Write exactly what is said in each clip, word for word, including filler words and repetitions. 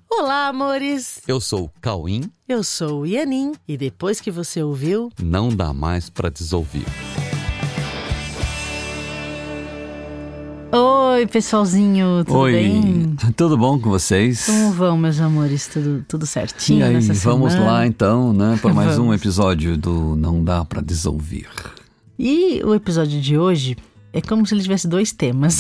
Olá, amores! Eu sou o Cauim. Eu sou o Ianin. E depois que você ouviu, não dá mais pra desouvir. Oi, pessoalzinho, tudo Oi, bem? Tudo bom com vocês? Como vão, meus amores? Tudo, tudo certinho e aí, nessa vamos semana? lá então, né? Para mais Vamos. um episódio do Não Dá Pra Desouvir. E o episódio de hoje é como se ele tivesse dois temas.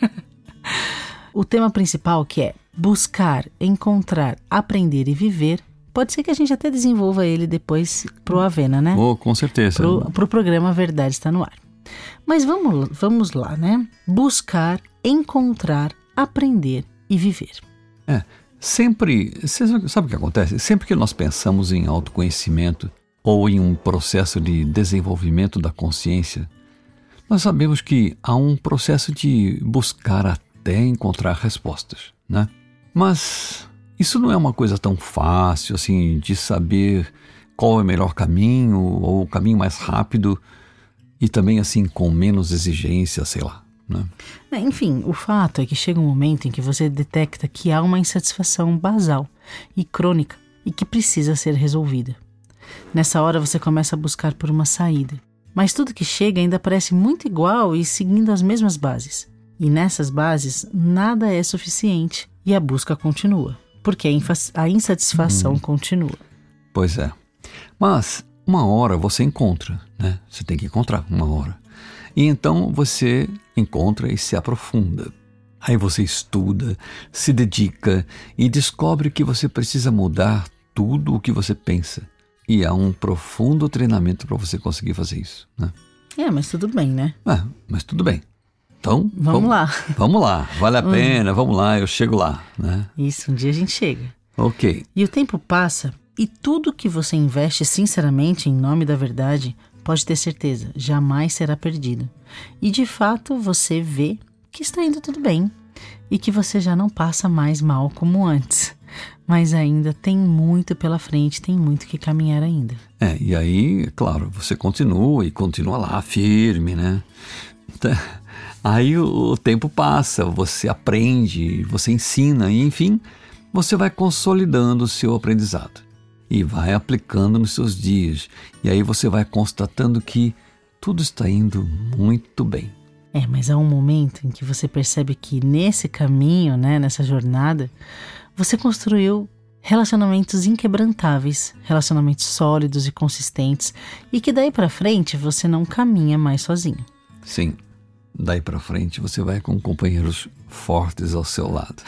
O tema principal, que é buscar, encontrar, aprender e viver. Pode ser que a gente até desenvolva ele depois pro Avena, né? Oh, com certeza. Pro, pro programa Verdade Está No Ar. Mas vamos, vamos lá, né? Buscar, encontrar, aprender e viver. É, sempre, você sabe o que acontece? Sempre que nós pensamos em autoconhecimento ou em um processo de desenvolvimento da consciência, nós sabemos que há um processo de buscar até encontrar respostas, né? Mas isso não é uma coisa tão fácil assim de saber qual é o melhor caminho ou o caminho mais rápido e também assim com menos exigência, sei lá, né? Enfim, o fato é que chega um momento em que você detecta que há uma insatisfação basal e crônica e que precisa ser resolvida. Nessa hora você começa a buscar por uma saída, mas tudo que chega ainda parece muito igual e seguindo as mesmas bases. E nessas bases nada é suficiente e a busca continua, porque a, infa- a insatisfação hum. continua. Pois é, mas uma hora você encontra, né? Você tem que encontrar uma hora. E então você encontra e se aprofunda. Aí você estuda, se dedica e descobre que você precisa mudar tudo o que você pensa. E há um profundo treinamento para você conseguir fazer isso, né? É, mas tudo bem, né? É, mas tudo bem. Então, vamos, vamos lá. Vamos lá, vale a pena, vamos lá, eu chego lá, né? Isso, um dia a gente chega. Ok. E o tempo passa e tudo que você investe sinceramente em nome da verdade, pode ter certeza, jamais será perdido. E de fato você vê que está indo tudo bem e que você já não passa mais mal como antes. Mas ainda tem muito pela frente, tem muito que caminhar ainda. É, e aí, claro, você continua e continua lá, firme, né? Aí o, o tempo passa, você aprende, você ensina e, enfim, você vai consolidando o seu aprendizado e vai aplicando nos seus dias. E aí você vai constatando que tudo está indo muito bem. É, mas há um momento em que você percebe que nesse caminho, né, nessa jornada, você construiu relacionamentos inquebrantáveis, relacionamentos sólidos e consistentes, e que daí pra frente você não caminha mais sozinho. Sim. Daí pra frente você vai com companheiros fortes ao seu lado.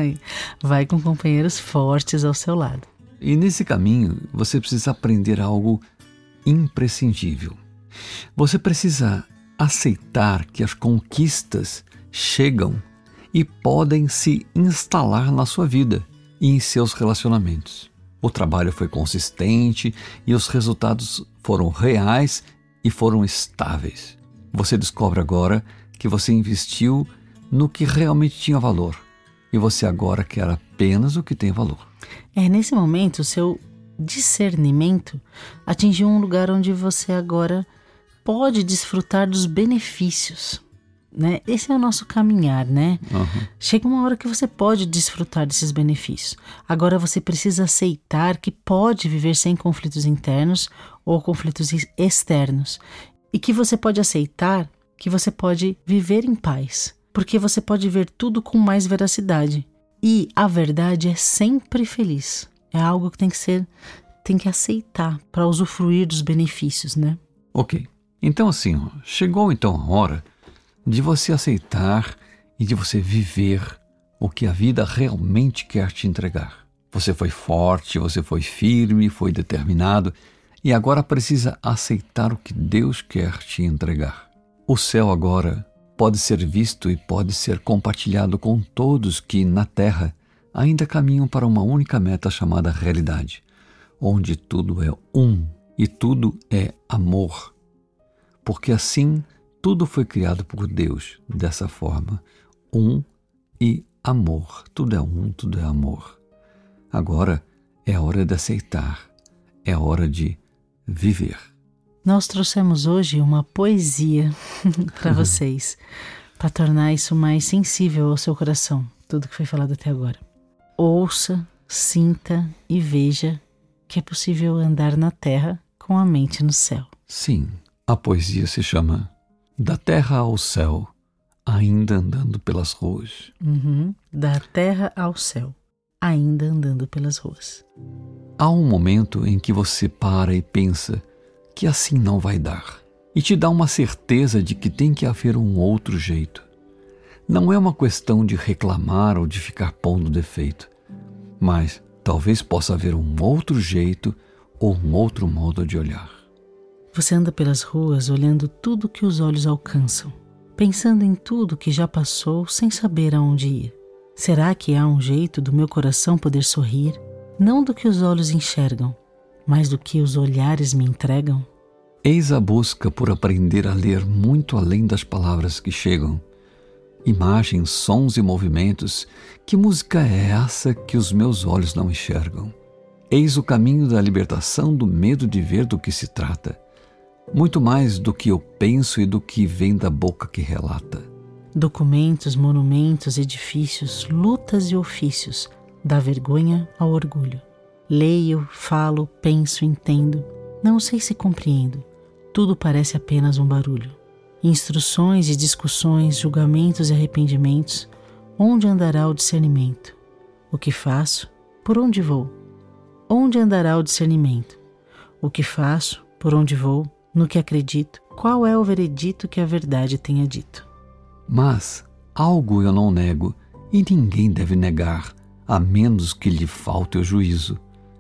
Vai com companheiros fortes ao seu lado. E nesse caminho você precisa aprender algo imprescindível. Você precisa aceitar que as conquistas chegam e podem se instalar na sua vida e em seus relacionamentos. O trabalho foi consistente e os resultados foram reais e foram estáveis. Você descobre agora que você investiu no que realmente tinha valor e você agora quer apenas o que tem valor. É, nesse momento, o seu discernimento atingiu um lugar onde você agora pode desfrutar dos benefícios, né? Esse é o nosso caminhar, né? Uhum. Chega uma hora que você pode desfrutar desses benefícios. Agora você precisa aceitar que pode viver sem conflitos internos ou conflitos externos. E que você pode aceitar que você pode viver em paz, porque você pode ver tudo com mais veracidade. E a verdade é sempre feliz. É algo que tem que ser, tem que aceitar para usufruir dos benefícios, né? Ok. Então assim, ó, chegou então a hora de você aceitar e de você viver o que a vida realmente quer te entregar. Você foi forte, você foi firme, foi determinado. E agora precisa aceitar o que Deus quer te entregar. O céu agora pode ser visto e pode ser compartilhado com todos que, na terra, ainda caminham para uma única meta chamada realidade, onde tudo é um e tudo é amor. Porque assim, tudo foi criado por Deus, dessa forma, um e amor. Tudo é um, tudo é amor. Agora é a hora de aceitar, é a hora de viver. Nós trouxemos hoje uma poesia para vocês, para tornar isso mais sensível ao seu coração, tudo que foi falado até agora. Ouça, sinta e veja que é possível andar na terra com a mente no céu. Sim, a poesia se chama Da Terra ao Céu, ainda andando pelas ruas. Uhum. Da terra ao céu, ainda andando pelas ruas. Há um momento em que você para e pensa que assim não vai dar, e te dá uma certeza de que tem que haver um outro jeito. Não é uma questão de reclamar ou de ficar pondo defeito, mas talvez possa haver um outro jeito ou um outro modo de olhar. Você anda pelas ruas olhando tudo que os olhos alcançam, pensando em tudo que já passou sem saber aonde ir. Será que há um jeito do meu coração poder sorrir, não do que os olhos enxergam, mas do que os olhares me entregam? Eis a busca por aprender a ler muito além das palavras que chegam. Imagens, sons e movimentos, que música é essa que os meus olhos não enxergam? Eis o caminho da libertação do medo de ver do que se trata, muito mais do que eu penso e do que vem da boca que relata. Documentos, monumentos, edifícios, lutas e ofícios, da vergonha ao orgulho. Leio, falo, penso, entendo, não sei se compreendo, tudo parece apenas um barulho. Instruções e discussões, julgamentos e arrependimentos, onde andará o discernimento? O que faço? Por onde vou? Onde andará o discernimento? O que faço? Por onde vou? No que acredito? Qual é o veredito que a verdade tenha dito? Mas algo eu não nego, e ninguém deve negar, a menos que lhe falte o juízo.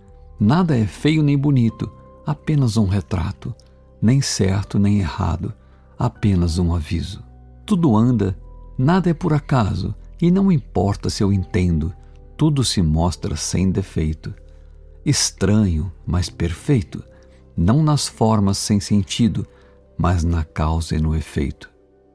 Nada é feio nem bonito, apenas um retrato, nem certo nem errado, apenas um aviso. Tudo anda, nada é por acaso, e não importa se eu entendo, tudo se mostra sem defeito. Estranho, mas perfeito, não nas formas sem sentido, mas na causa e no efeito.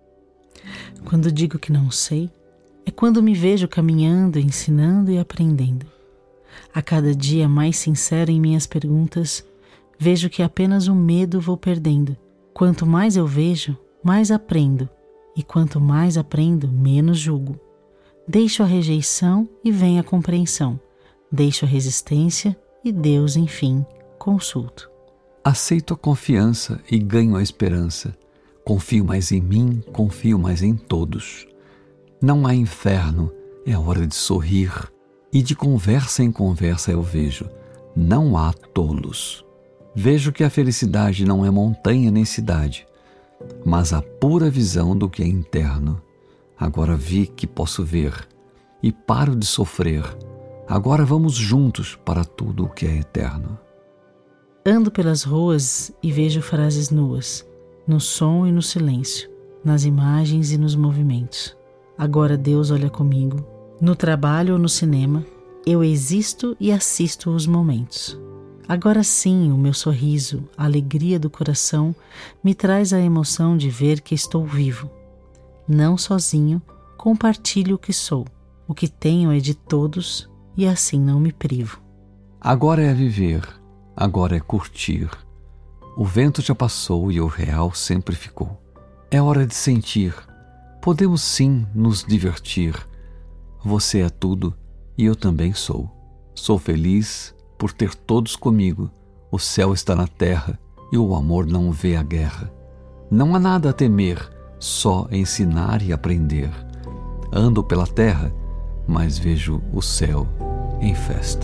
Quando digo que não sei, é quando me vejo caminhando, ensinando e aprendendo. A cada dia mais sincero em minhas perguntas, vejo que apenas o medo vou perdendo. Quanto mais eu vejo, mais aprendo, e quanto mais aprendo, menos julgo. Deixo a rejeição e vem a compreensão. Deixo a resistência e Deus, enfim, consulto. Aceito a confiança e ganho a esperança. Confio mais em mim, confio mais em todos. Não há inferno, é hora de sorrir. E de conversa em conversa eu vejo, não há tolos. Vejo que a felicidade não é montanha nem cidade, mas a pura visão do que é interno. Agora vi que posso ver, e paro de sofrer. Agora vamos juntos para tudo o que é eterno. Ando pelas ruas e vejo frases nuas, no som e no silêncio, nas imagens e nos movimentos. Agora Deus olha comigo, no trabalho ou no cinema, eu existo e assisto os momentos. Agora sim, o meu sorriso, a alegria do coração, me traz a emoção de ver que estou vivo. Não sozinho, compartilho o que sou. O que tenho é de todos e assim não me privo. Agora é viver, agora é curtir. O vento já passou e o real sempre ficou. É hora de sentir. Podemos sim nos divertir. Você é tudo e eu também sou. Sou feliz por ter todos comigo. O céu está na terra e o amor não vê a guerra. Não há nada a temer, só ensinar e aprender. Ando pela terra, mas vejo o céu em festa.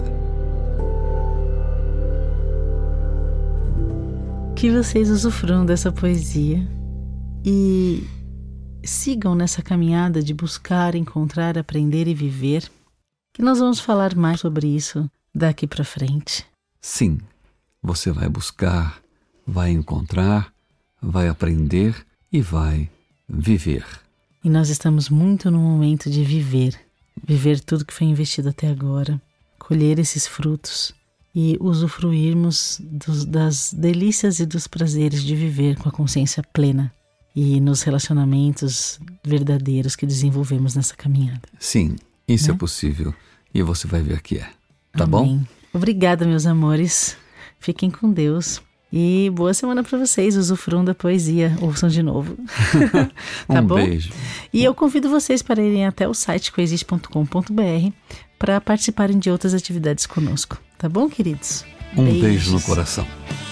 Que vocês usufruam dessa poesia e sigam nessa caminhada de buscar, encontrar, aprender e viver, que nós vamos falar mais sobre isso daqui para frente. Sim, você vai buscar, vai encontrar, vai aprender e vai viver. E nós estamos muito no momento de viver, viver tudo que foi investido até agora, colher esses frutos e usufruirmos dos, das delícias e dos prazeres de viver com a consciência plena e nos relacionamentos verdadeiros que desenvolvemos nessa caminhada. Sim, isso né? é possível e você vai ver que é. Tá Amém. bom? Obrigada, meus amores. Fiquem com Deus. E boa semana para vocês. Usufruam da poesia. Ouçam de novo. Tá um bom? beijo. E eu convido vocês para irem até o site coexiste ponto com ponto br para participarem de outras atividades conosco. Tá bom, queridos? Um Beijos. beijo no coração.